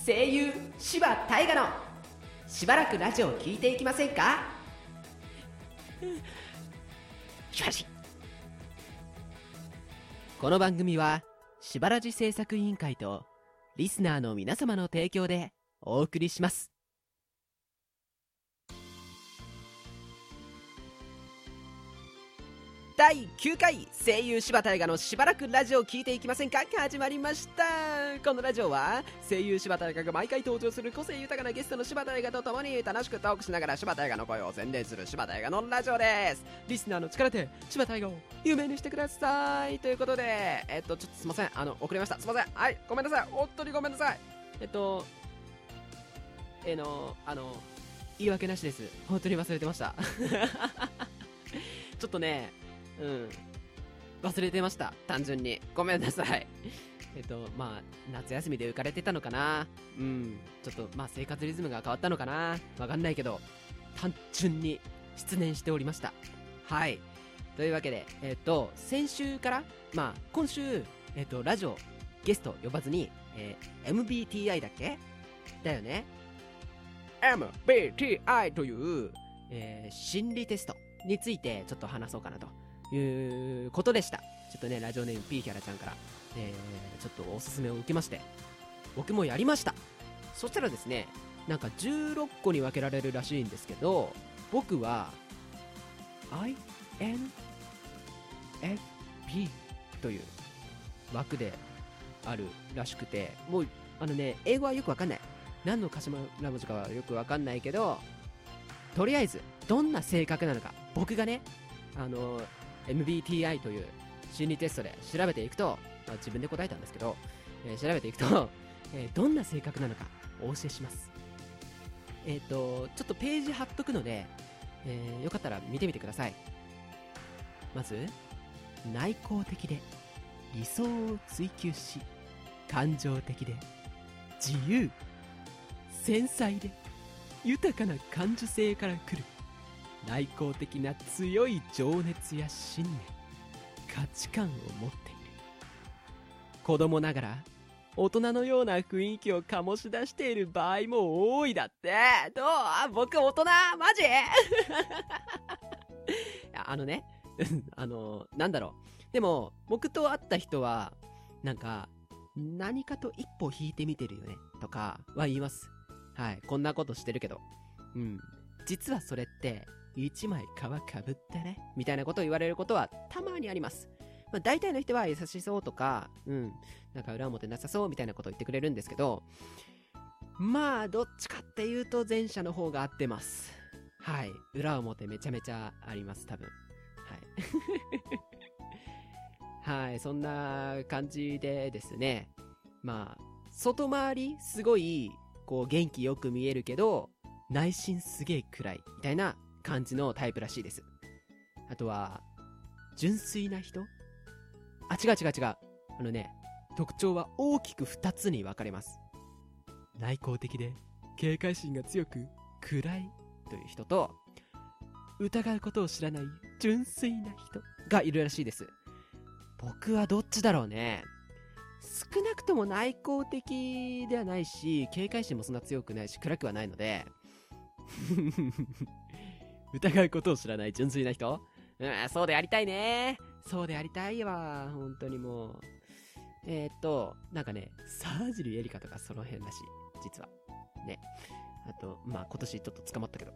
声優柴大河のしばらくラジオを聞いていきませんか。しばし。この番組はしばらじ制作委員会とリスナーの皆様の提供でお送りします。第9回声優柴大河のしばらくラジオを聞いていきませんかが始まりました。このラジオは声優柴大河が毎回登場する個性豊かなゲストの柴大河と共に楽しくトークしながら柴大河の声を宣伝する柴大河のラジオです。リスナーの力で柴大河を有名にしてくださいということで、ちょっとすいません、遅れました。すいません、はい、ごめんなさい、本当にごめんなさい。言い訳なしです。本当に忘れてましたちょっとね、忘れてました。単純にごめんなさい。夏休みで浮かれてたのかな。ちょっと生活リズムが変わったのかな、わかんないけど単純に失念しておりました。はい、というわけで先週から今週ラジオゲスト呼ばずに、MBTI だっけだよね。 MBTI という、心理テストについてちょっと話そうかなということでした。ちょっとね、ラジオネーム P キャラちゃんから、ちょっとおすすめを受けまして、僕もやりました。そしたらですね、なんか16個に分けられるらしいんですけど、僕は INFP という枠であるらしくて、もう英語はよく分かんない、何の頭文字かはよく分かんないけど、とりあえずどんな性格なのか、僕がねMBTI という心理テストで調べていくと、自分で答えたんですけど、調べていくと、どんな性格なのかお教えします。ちょっとページ貼っとくので、よかったら見てみてください。まず、内向的で理想を追求し、感情的で自由、繊細で豊かな感受性から来る内向的な強い情熱や信念、価値観を持っている。子供ながら大人のような雰囲気を醸し出している場合も多いだって。どう？僕大人？マジ？なんだろう。でも僕と会った人は何かと一歩引いてみてるよねとかは言います。はい、こんなことしてるけど、実はそれって一枚皮かぶってねみたいなことを言われることはたまにあります。大体の人は優しそうとか、裏表なさそうみたいなことを言ってくれるんですけど、どっちかっていうと前者の方が合ってます。はい、裏表めちゃめちゃあります、多分。はいはい、そんな感じでですね、外回りすごいこう元気よく見えるけど内心すげえ暗いみたいな感じのタイプらしいです。あとは純粋な人、違う、特徴は大きく2つに分かれます。内向的で警戒心が強く暗いという人と、疑うことを知らない純粋な人がいるらしいです。僕はどっちだろうね。少なくとも内向的ではないし、警戒心もそんな強くないし暗くはないので疑うことを知らない純粋な人、そうでありたいね。そうでありたいわ、本当にもう。沢尻エリカとかその辺だし、実はね。あと今年ちょっと捕まったけど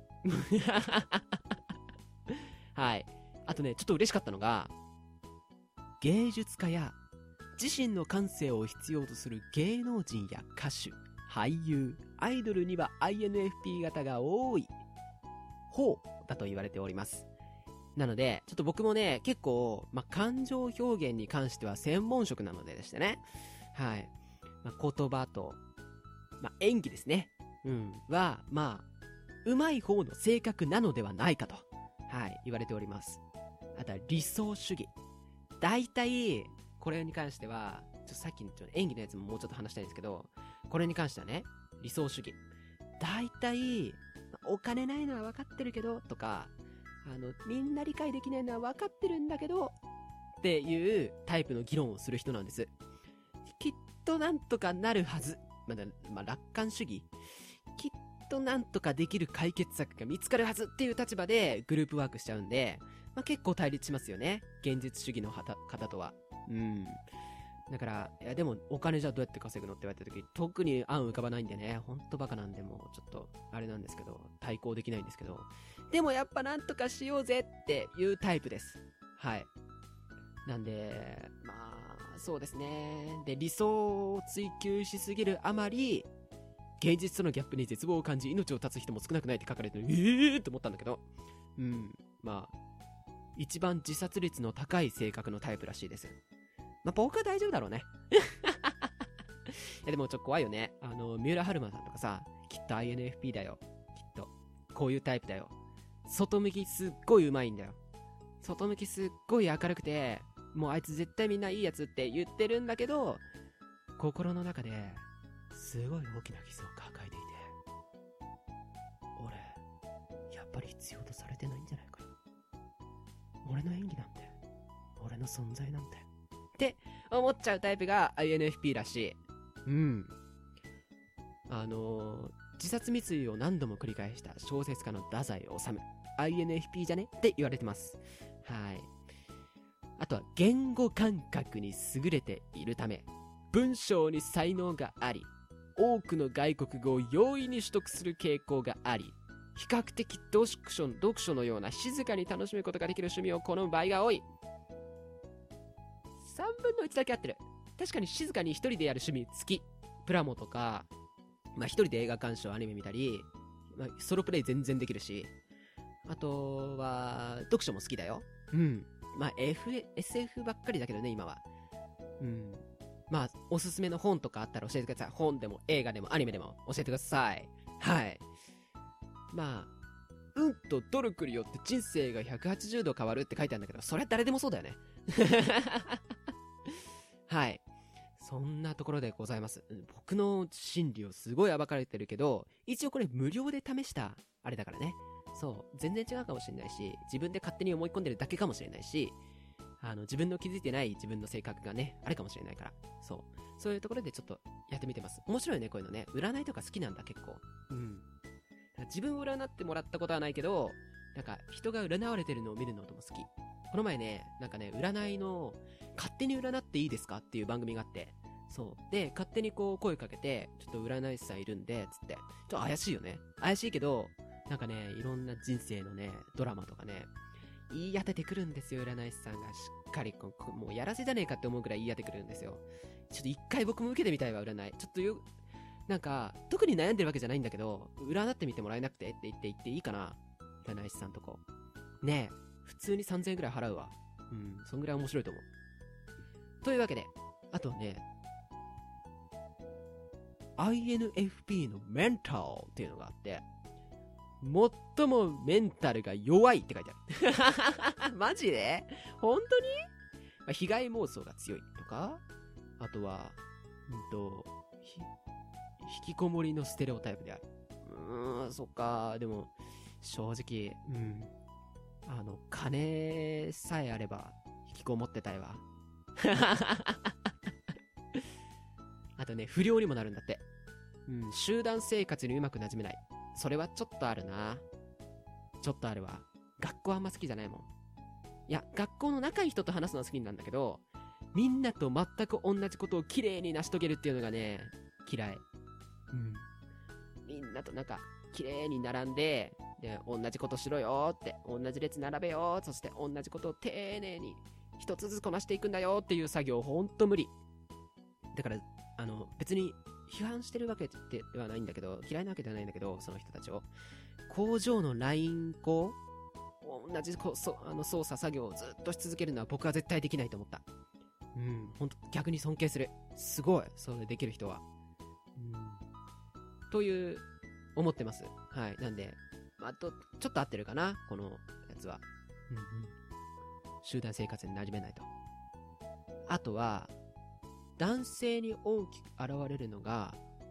はい。あとね、ちょっと嬉しかったのが、芸術家や自身の感性を必要とする芸能人や歌手、俳優、アイドルには INFP 型が多い方だと言われております。なのでちょっと僕もね、結構、感情表現に関しては専門職なのでしてね、はい、言葉と、演技ですね、はうまい方の性格なのではないかと、はい、言われております。あとは理想主義。だいたいこれに関してはさっきの演技のやつももうちょっと話したいんですけど、これに関してはね、理想主義、だいたいお金ないのは分かってるけどとか、みんな理解できないのは分かってるんだけどっていうタイプの議論をする人なんです。きっとなんとかなるはず楽観主義、きっとなんとかできる解決策が見つかるはずっていう立場でグループワークしちゃうんで、結構対立しますよね、現実主義の方とは。だから、いやでもお金じゃどうやって稼ぐのって言われた時、特に案浮かばないんでね、ほんとバカなんで、もうちょっとあれなんですけど、対抗できないんですけど、でもやっぱなんとかしようぜっていうタイプです。はい。なんで、そうですね。で、理想を追求しすぎるあまり、現実とのギャップに絶望を感じ、命を絶つ人も少なくないって書かれてる。って思ったんだけど、一番自殺率の高い性格のタイプらしいです。僕は大丈夫だろうね。いやでもちょっと怖いよね。三浦春馬さんとかさ、きっと INFP だよ。きっと。こういうタイプだよ。外向きすっごい上手いんだよ。外向きすっごい明るくて、もうあいつ絶対みんないいやつって言ってるんだけど、心の中ですごい大きな傷を抱えていて、俺、やっぱり必要とされてないんじゃないかな。俺の演技なんて、俺の存在なんて。って思っちゃうタイプが INFP らしい。自殺未遂を何度も繰り返した小説家の太宰治 INFP じゃねって言われてます。はい。あとは言語感覚に優れているため、文章に才能があり、多くの外国語を容易に取得する傾向があり、比較的読書のような静かに楽しむことができる趣味を好む場合が多い。3分の1だけ合ってる。確かに静かに一人でやる趣味好き。プラモとか、一人で映画鑑賞、アニメ見たり、ソロプレイ全然できるし、あとは読書も好きだよ。SF ばっかりだけどね、今は。おすすめの本とかあったら教えてください。本でも映画でもアニメでも教えてください。はい。運と努力によって人生が180度変わるって書いてあるんだけど、それは誰でもそうだよね。はい。そんなところでございます。僕の心理をすごい暴かれてるけど、一応これ無料で試したあれだからね。そう、全然違うかもしれないし、自分で勝手に思い込んでるだけかもしれないし、自分の気づいてない自分の性格がね、あるかもしれないから、そういうところでちょっとやってみてます。面白いね、こういうのね。占いとか好きなんだ、結構。自分を占ってもらったことはないけど、人が占われてるのを見るのとも好き。この前ね、占いの、勝手に占っていいですかっていう番組があって、で、勝手にこう声かけて、ちょっと占い師さんいるんで、つって、ちょっと怪しいよね。怪しいけど、いろんな人生のね、ドラマとかね、言い当ててくるんですよ、占い師さんが。しっかりもうやらせじゃねえかって思うくらい言い当ててくるんですよ。ちょっと一回僕も受けてみたいわ、占い。ちょっと特に悩んでるわけじゃないんだけど、占ってみてもらえなくてって言っていいかな、占い師さんとこ。ねえ、普通に3000円くらい払うわ。そんぐらい面白いと思う。というわけで、あとね、INFP のメンタルっていうのがあって、最もメンタルが弱いって書いてある。マジで本当に、被害妄想が強いとか、あとは、引きこもりのステレオタイプである。そっか。でも、正直、金さえあれば、引きこもってたいわ。あとね、不良にもなるんだって。集団生活にうまく馴染めない。それはちょっとあるな。ちょっとあるわ。学校あんま好きじゃないもん。いや、学校の仲いい人と話すのは好きなんだけど、みんなと全く同じことを綺麗に成し遂げるっていうのがね、嫌い。みんなと綺麗に並んで、同じことしろよって、同じ列並べよ、そして同じことを丁寧に一つずつこなしていくんだよっていう作業、ほんと無理。だから、別に批判してるわけではないんだけど、嫌いなわけではないんだけど、その人たちを。工場のライン同じ操作作業をずっとし続けるのは僕は絶対できないと思った。ほんと逆に尊敬する。すごい、それできる人は。という思ってます。はい。なんで、ちょっと合ってるかな、このやつは。集団生活に馴染めないと。あとは、男性に大きく現れるのが、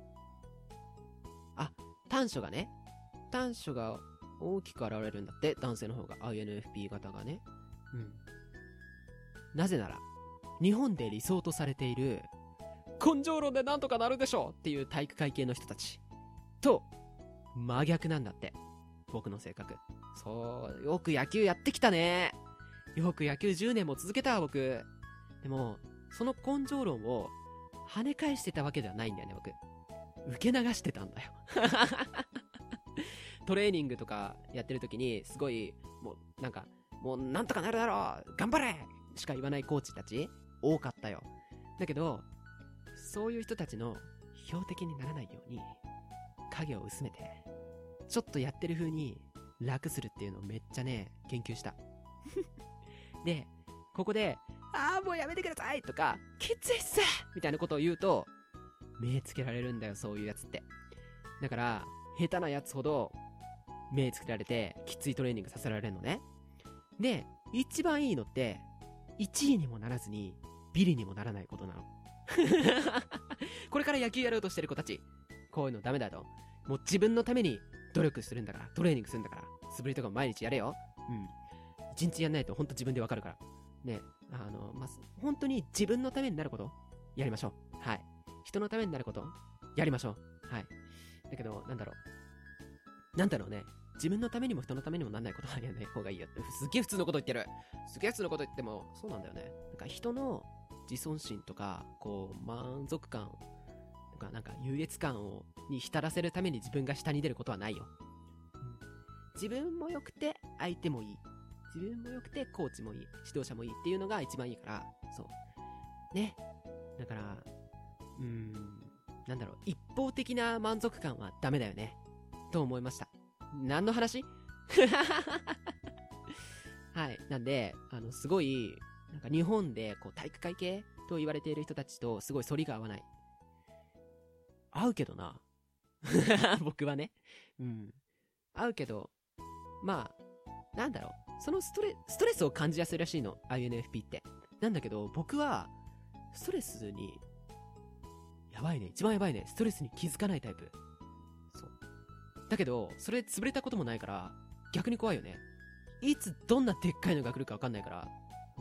短所がね、短所が大きく現れるんだって、男性の方が、INFP 型がね。なぜなら、日本で理想とされている根性論でなんとかなるでしょっていう体育会系の人たちと真逆なんだって、僕の性格。そう、よく野球やってきたね。よく野球10年も続けたわ僕。でもその根性論を跳ね返してたわけではないんだよね僕。受け流してたんだよトレーニングとかやってる時にすごいもうなんとかなるだろう頑張れしか言わないコーチたち多かったよ。だけどそういう人たちの標的にならないように影を薄めてちょっとやってる風に楽するっていうのをめっちゃね研究したでここでもうやめてくださいとかきついっすみたいなことを言うと目つけられるんだよ、そういうやつって。だから下手なやつほど目つけられてきついトレーニングさせられるのね。で一番いいのって1位にもならずにビリにもならないことなのこれから野球やろうとしてる子たち、こういうのダメだと。もう自分のために努力するんだから、トレーニングするんだから、素振りとかも毎日やれよ。一日やんないとほんと自分でわかるからね。本当に自分のためになることやりましょう。はい。人のためになることやりましょう。はい。だけどなんだろうね、自分のためにも人のためにもなんないことはやらない方がいいよって。すっげえ普通のこと言ってる。すげえ普通のこと言ってもそうなんだよね。なんか人の自尊心とかこう満足感とかなんか優越感に浸らせるために自分が下に出ることはないよ。自分も良くて相手もいい、自分も良くてコーチもいい、指導者もいいっていうのが一番いいから。そうね。だからなんだろう、一方的な満足感はダメだよねと思いました。何の話はい。なんで、すごい、なんか日本でこう体育会系と言われている人たちとすごい反りが合わない。合うけどな。僕はね。合うけど、まあ、なんだろう。そのストレスを感じやすいらしいの。INFP って。なんだけど、僕は、ストレスに、やばいね。一番やばいね。ストレスに気づかないタイプ。そう。だけど、それ潰れたこともないから、逆に怖いよね。いつどんなでっかいのが来るか分かんないから、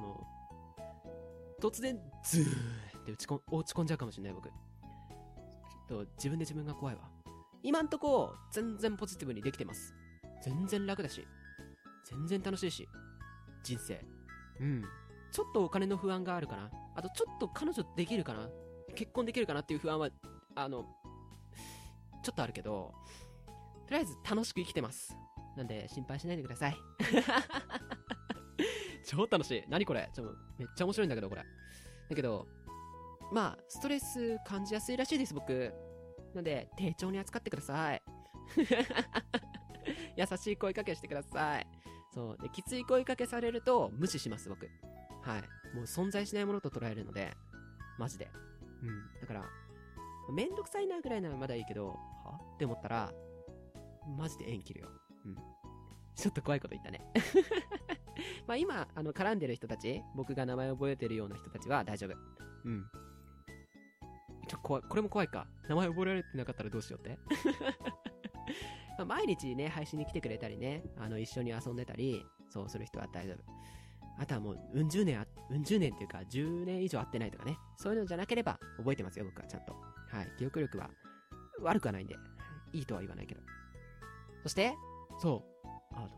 突然、ズーって落ち込んじゃうかもしれない、僕。ちょっと、自分で自分が怖いわ。今んとこ、全然ポジティブにできてます。全然楽だし、全然楽しいし、人生。ちょっとお金の不安があるかな。あと、ちょっと彼女できるかな。結婚できるかなっていう不安は、ちょっとあるけど、とりあえず楽しく生きてます。なんで、心配しないでください。超楽しい。何これ？めっちゃ面白いんだけど、これ。だけど、まあ、ストレス感じやすいらしいです、僕。なんで、丁重に扱ってください。優しい声かけしてください。そう。で、きつい声かけされると、無視します、僕。はい。もう存在しないものと捉えるので、マジで。だから、めんどくさいなぐらいならまだいいけど、はって思ったら、マジで縁切るよ。ちょっと怖いこと言ったね。まあ今、絡んでる人たち、僕が名前を覚えてるような人たちは大丈夫。これも怖いか。名前覚えられてなかったらどうしようって。まあ毎日ね、配信に来てくれたりね、一緒に遊んでたり、そうする人は大丈夫。あとはもう、うん十年っていうか、10年以上会ってないとかね。そういうのじゃなければ、覚えてますよ、僕はちゃんと。はい。記憶力は、悪くはないんで、いいとは言わないけど。そして、そう。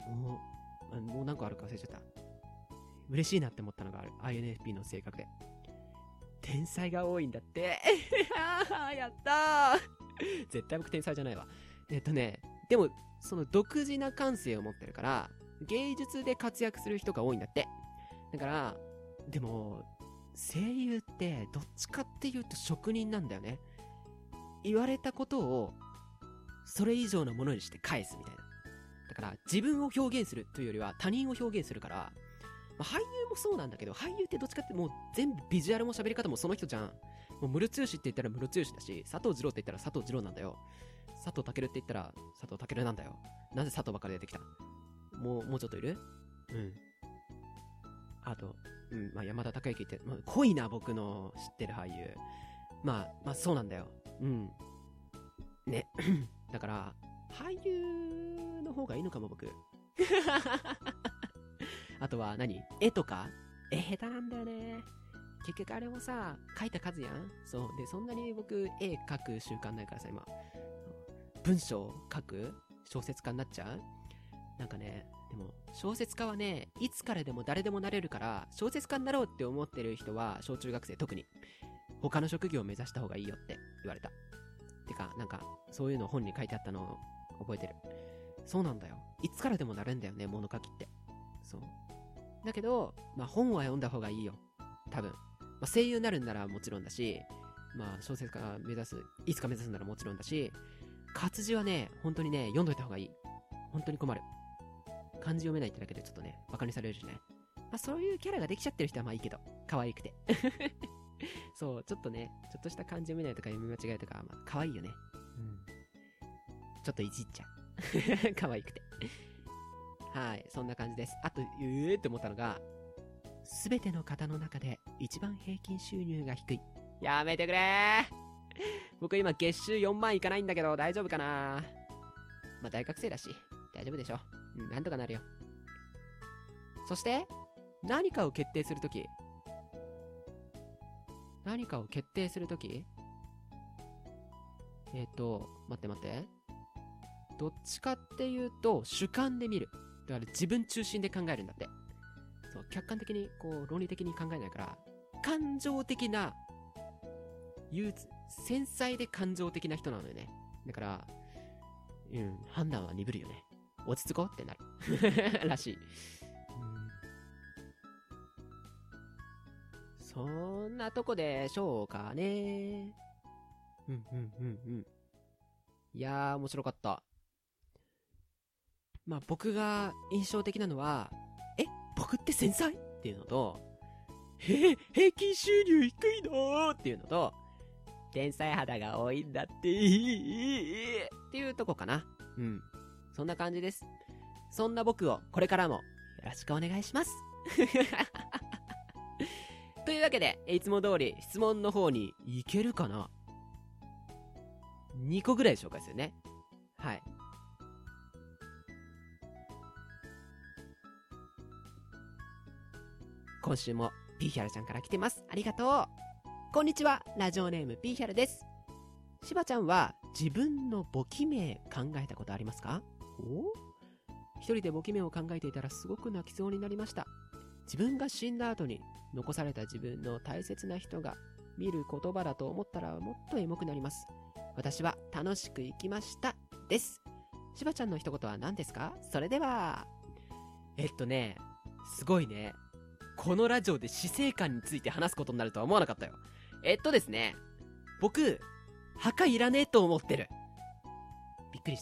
もう何個あるか忘れちゃった。嬉しいなって思ったのがある。INFP の性格で。天才が多いんだって。やったー絶対僕天才じゃないわ。でも、その独自な感性を持ってるから、芸術で活躍する人が多いんだって。だから、でも、声優ってどっちかっていうと職人なんだよね。言われたことを、それ以上のものにして返すみたいな。だから、自分を表現するというよりは他人を表現するから、俳優もそうなんだけど、俳優ってどっちかってもう全部ビジュアルも喋り方もその人じゃん。もうムロツヨシって言ったらムロツヨシだし、佐藤二郎って言ったら佐藤二郎なんだよ。佐藤健って言ったら佐藤健なんだよ。なぜ佐藤ばっかり出てきた？もうちょっといる？あと、まあ、山田孝之って、濃いな、僕の知ってる俳優。まあ、そうなんだよ。ね。だから、俳優の方がいいのかも、僕。あとは絵とか下手なんだよね。 結局あれもさ、書いた数やん。そう。で、そんなに僕、絵描く習慣ないからさ、今。文章書く小説家になっちゃう。なんかね、でも、小説家はね、いつからでも誰でもなれるから、小説家になろうって思ってる人は、小中学生特に、他の職業を目指した方がいいよって言われた。てか、なんか、そういうの本に書いてあったのを覚えてる。そうなんだよ。いつからでもなれんだよね、物書きって。そう。だけど、まあ本は読んだ方がいいよ。多分。まあ声優になるんならもちろんだし、まあ小説家目指す、いつか目指すならもちろんだし、活字はね、本当にね、読んどいた方がいい。本当に困る。漢字読めないってだけでちょっとね、バカにされるしね。まあそういうキャラができちゃってる人はまあいいけど、可愛くて。そう、ちょっとね、ちょっとした漢字読めないとか読み間違いとか、まあ可愛いよね。うん。ちょっといじっちゃう。可愛くて。はい、そんな感じです。あと、って思ったのが、すべての方の中で一番平均収入が低い。やめてくれー。僕今月収4万いかないんだけど大丈夫かな。まあ大学生だし、大丈夫でしょ。うん、なんとかなるよ。そして、何かを決定するとき、待って。どっちかっていうと、主観で見る。だから自分中心で考えるんだって。そう、客観的に、こう、論理的に考えないから、感情的な、繊細で感情的な人なのよね。だから、判断は鈍るよね。落ち着こうってなる。らしい。そんなとこでしょうかね。いやー、面白かった。まあ僕が印象的なのは、僕って繊細っていうのと、平均収入低いのっていうのと、天才肌が多いんだってっていうとこかな。うん。そんな感じです。そんな僕をこれからもよろしくお願いします。というわけで、いつも通り質問の方に行けるかな。2個ぐらい紹介するね。はい。今週もピーヒャルちゃんから来てます。ありがとう。こんにちは、ラジオネームピーヒャルです。しばちゃんは自分の簿記名考えたことありますか？一人で簿記名を考えていたらすごく泣きそうになりました。自分が死んだ後に残された自分の大切な人が見る言葉だと思ったらもっとエモくなります。私は楽しく生きましたです。しばちゃんの一言は何ですか？それでは。すごいね。このラジオで死生観について話すことになるとは思わなかったよ。ですね、僕、墓いらねえと思ってる。びっくりした？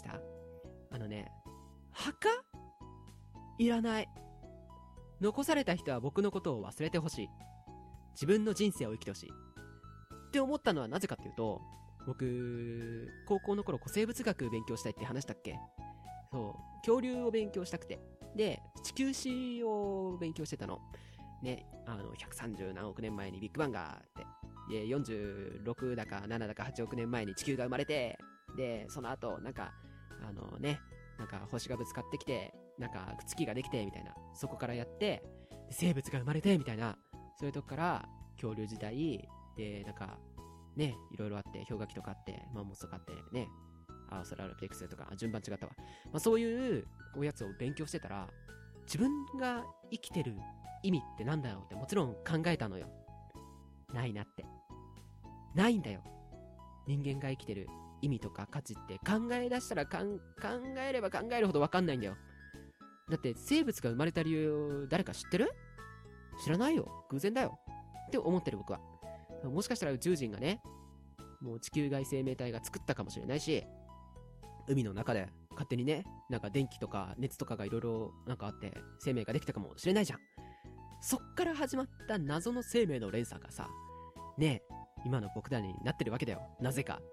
墓いらない。残された人は僕のことを忘れてほしい。自分の人生を生きてほしい。って思ったのはなぜかっていうと、僕、高校の頃古生物学勉強したいって話したっけ？そう、恐竜を勉強したくて。で、地球史を勉強してたの。ね、130何億年前にビッグバンがあって、で、46だか7だか8億年前に地球が生まれて、で、その後、なんか星がぶつかってきて、月ができて、みたいな。そこからやって、生物が生まれて、みたいな。そういうとこから、恐竜時代、で、いろいろあって、氷河期とかあって、マンモスとかあって、ね、アウストラロピテクスとか、順番違ったわ。まあそういうおやつを勉強してたら、自分が生きてる意味ってなんだろうってもちろん考えたのよ。ないなって。ないんだよ。人間が生きてる意味とか価値って考え出したら考えれば考えるほど分かんないんだよ。だって生物が生まれた理由誰か知ってる？知らないよ。偶然だよ。って思ってる僕は。もしかしたら宇宙人がね、もう地球外生命体が作ったかもしれないし、海の中で勝手にね、電気とか熱とかがいろいろあって生命ができたかもしれないじゃん。そっから始まった謎の生命の連鎖がさ、ねえ、今の僕らになってるわけだよ。なぜか。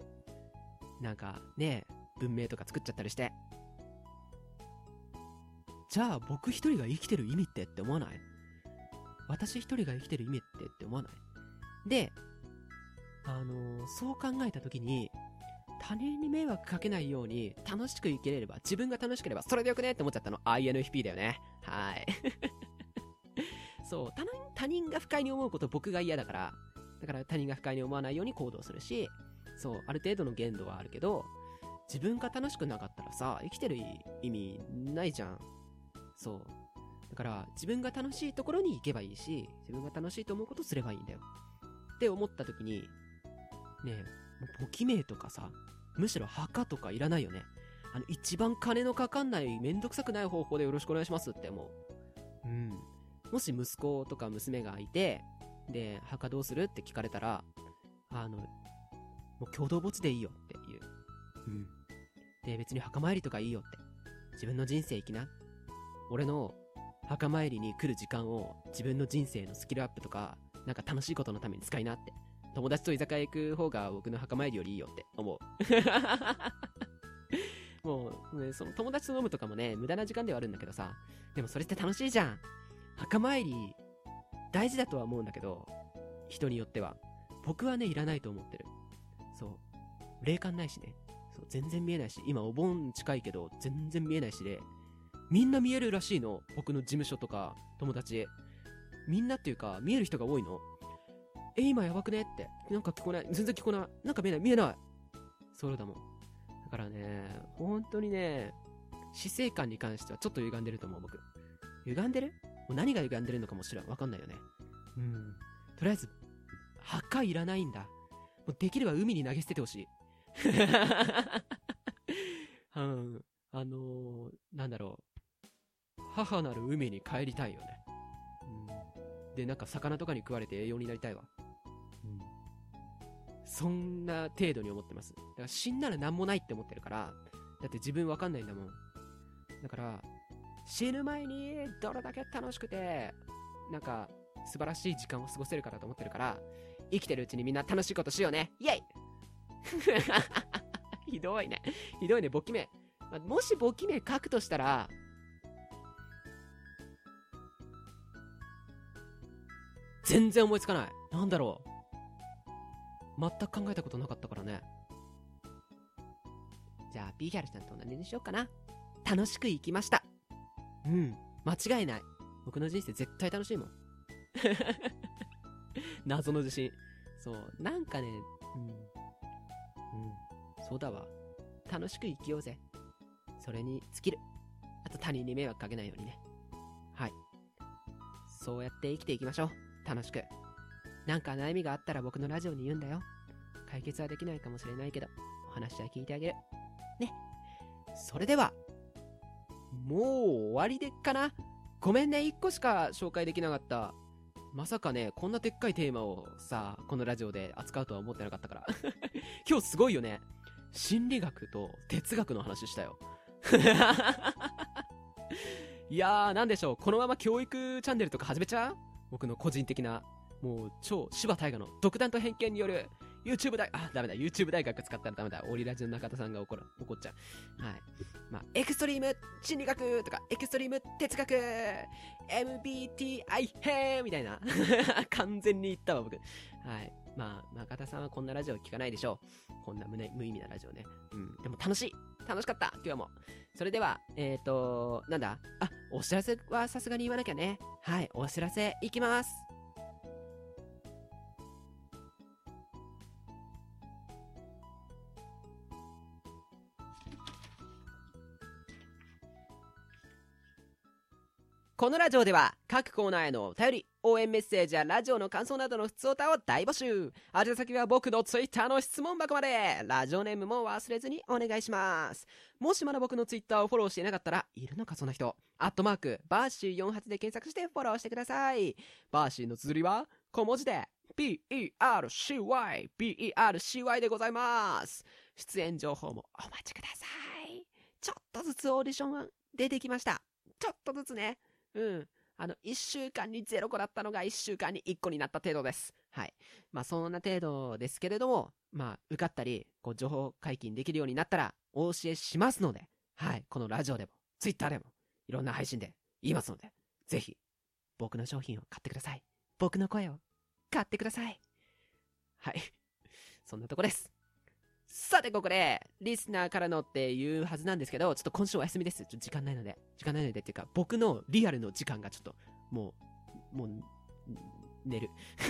文明とか作っちゃったりして。じゃあ僕一人が生きてる意味って思わない？私一人が生きてる意味って思わない？で、そう考えたときに、他人に迷惑かけないように楽しく生きれれば、自分が楽しければそれでよくねって思っちゃったの。INFP だよね。はい。 そう、他人が不快に思うこと僕が嫌だから、だから他人が不快に思わないように行動するし、そう、ある程度の限度はあるけど、自分が楽しくなかったらさ、生きてる意味ないじゃん。そう。だから、自分が楽しいところに行けばいいし、自分が楽しいと思うことすればいいんだよ。って思った時に、ねえ、簿記名とかさ、むしろ墓とかいらないよね。一番金のかかんない、めんどくさくない方法でよろしくお願いしますって思う。うん。もし息子とか娘がいて、で、墓どうするって聞かれたら、もう共同墓地でいいよっていう。うん。で、別に墓参りとかいいよって。自分の人生生きな。俺の墓参りに来る時間を自分の人生のスキルアップとか、なんか楽しいことのために使いなって。友達と居酒屋行く方が僕の墓参りよりいいよって思う。もう、ね、その友達と飲むとかもね、無駄な時間ではあるんだけどさ、でもそれって楽しいじゃん。墓参り、大事だとは思うんだけど、人によっては。僕はね、いらないと思ってる。そう。霊感ないしね。そう、全然見えないし、今お盆近いけど、全然見えないしで、みんな見えるらしいの。僕の事務所とか、友達。みんなっていうか、見える人が多いの。今やばくねって。なんか聞こえない。全然聞こえない。なんか見えない。見えない。そうだもん。だからね、本当にね、死生観に関してはちょっと歪んでると思う、僕。歪んでる？もう何が歪んでるのかもわかんないよね。うん。とりあえず、墓いらないんだ。もうできれば海に投げ捨ててほしい。うん。なんだろう。母なる海に帰りたいよね。うん。で、なんか魚とかに食われて栄養になりたいわ。うん。そんな程度に思ってます。だから死んだら何もないって思ってるから、だって自分わかんないんだもん。だから、死ぬ前にどれだけ楽しくて、なんか素晴らしい時間を過ごせるかなと思ってるから、生きてるうちにみんな楽しいことしようね。イェイひどいね。ひどいね、簿記名。もし簿記名書くとしたら、全然思いつかない。なんだろう。全く考えたことなかったからね。じゃあ、ビーギャルちゃんと何にしようかな。楽しく生きました。うん、間違いない。僕の人生絶対楽しいもん。謎の自信。そう、なんかね、そうだわ。楽しく生きようぜ。それに尽きる。あと他人に迷惑かけないようにね。はい。そうやって生きていきましょう。楽しく。なんか悩みがあったら僕のラジオに言うんだよ。解決はできないかもしれないけど、お話は聞いてあげる。ね。それでは、もう終わりでっかな。ごめんね、1個しか紹介できなかった。まさかね、こんなでっかいテーマをさ、このラジオで扱うとは思ってなかったから。今日すごいよね。心理学と哲学の話したよ。いやー、なんでしょう。このまま教育チャンネルとか始めちゃう？僕の個人的な、もう超柴大河の独断と偏見による YouTube ダメだ。YouTube 大学使ったらダメだ。オリラジの中田さんが怒っちゃう。はい。まあ、エクストリーム心理学とか、エクストリーム哲学 MBTI へーみたいな。完全に言ったわ、僕。はい。まあ、中田さんはこんなラジオ聞かないでしょう。こんな無意味なラジオね。うん。でも楽しかった、今日も。それでは、なんだ？お知らせはさすがに言わなきゃね。はい、お知らせいきます。このラジオでは各コーナーへのお便り、応援メッセージやラジオの感想などの普通歌を大募集。宛先は僕のツイッターの質問箱まで。ラジオネームも忘れずにお願いします。もしまだ僕のツイッターをフォローしていなかったら、いるのかそんな人。バーシー48で検索してフォローしてください。バーシーの綴りは小文字で BERCY でございます。出演情報もお待ちください。ちょっとずつオーディション出てきました。ちょっとずつね。1週間に0個だったのが1週間に1個になった程度です。はい。まあそんな程度ですけれども、まあ受かったり、情報解禁できるようになったらお教えしますので、はい。このラジオでも、ツイッターでも、いろんな配信で言いますので、ぜひ、僕の商品を買ってください。僕の声を買ってください。はい。そんなとこです。さてここでリスナーからのっていうはずなんですけど、ちょっと今週お休みです。時間ないのでっていうか、僕のリアルの時間がちょっとももう寝る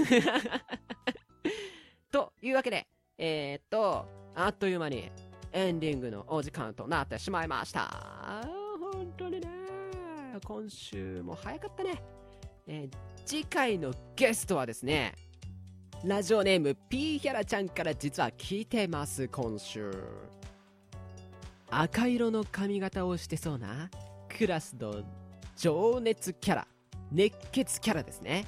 というわけであっという間にエンディングのお時間となってしまいました。本当にね、今週も早かったね。次回のゲストはですね、ラジオネームピーヒャラちゃんから実は聞いてます。今週赤色の髪型をしてそうなクラスの情熱キャラ、熱血キャラですね。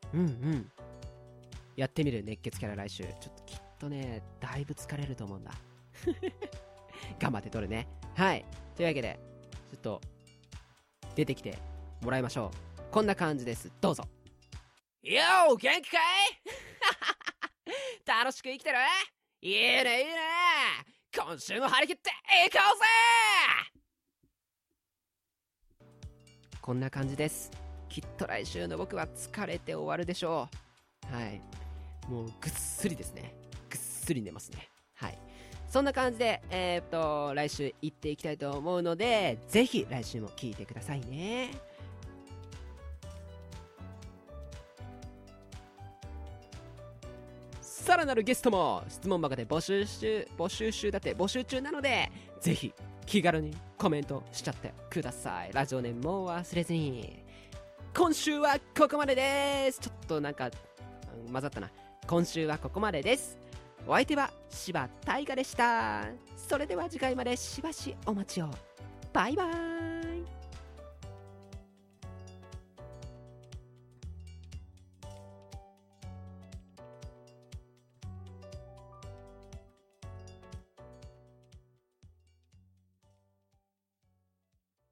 やってみる。熱血キャラ来週ちょっときっとね、だいぶ疲れると思うんだ頑張って撮るね。はい、というわけでちょっと出てきてもらいましょう。こんな感じです。どうぞ。よー、元気かい楽しく生きてる？いいねいいね、今週も張り切っていこうぜ。こんな感じです。きっと来週の僕は疲れて終わるでしょう。はい、もうぐっすりですね。ぐっすり寝ますね。はい、そんな感じで来週行っていきたいと思うので、ぜひ来週も聞いてくださいね。さらなるゲストも質問箱で募集中なので、ぜひ気軽にコメントしちゃってください。ラジオネームも忘れずに。今週はここまでです。ちょっとなんか混ざったな。今週はここまでです。お相手は柴大我でした。それでは次回までしばしお待ちを。バイバーイ。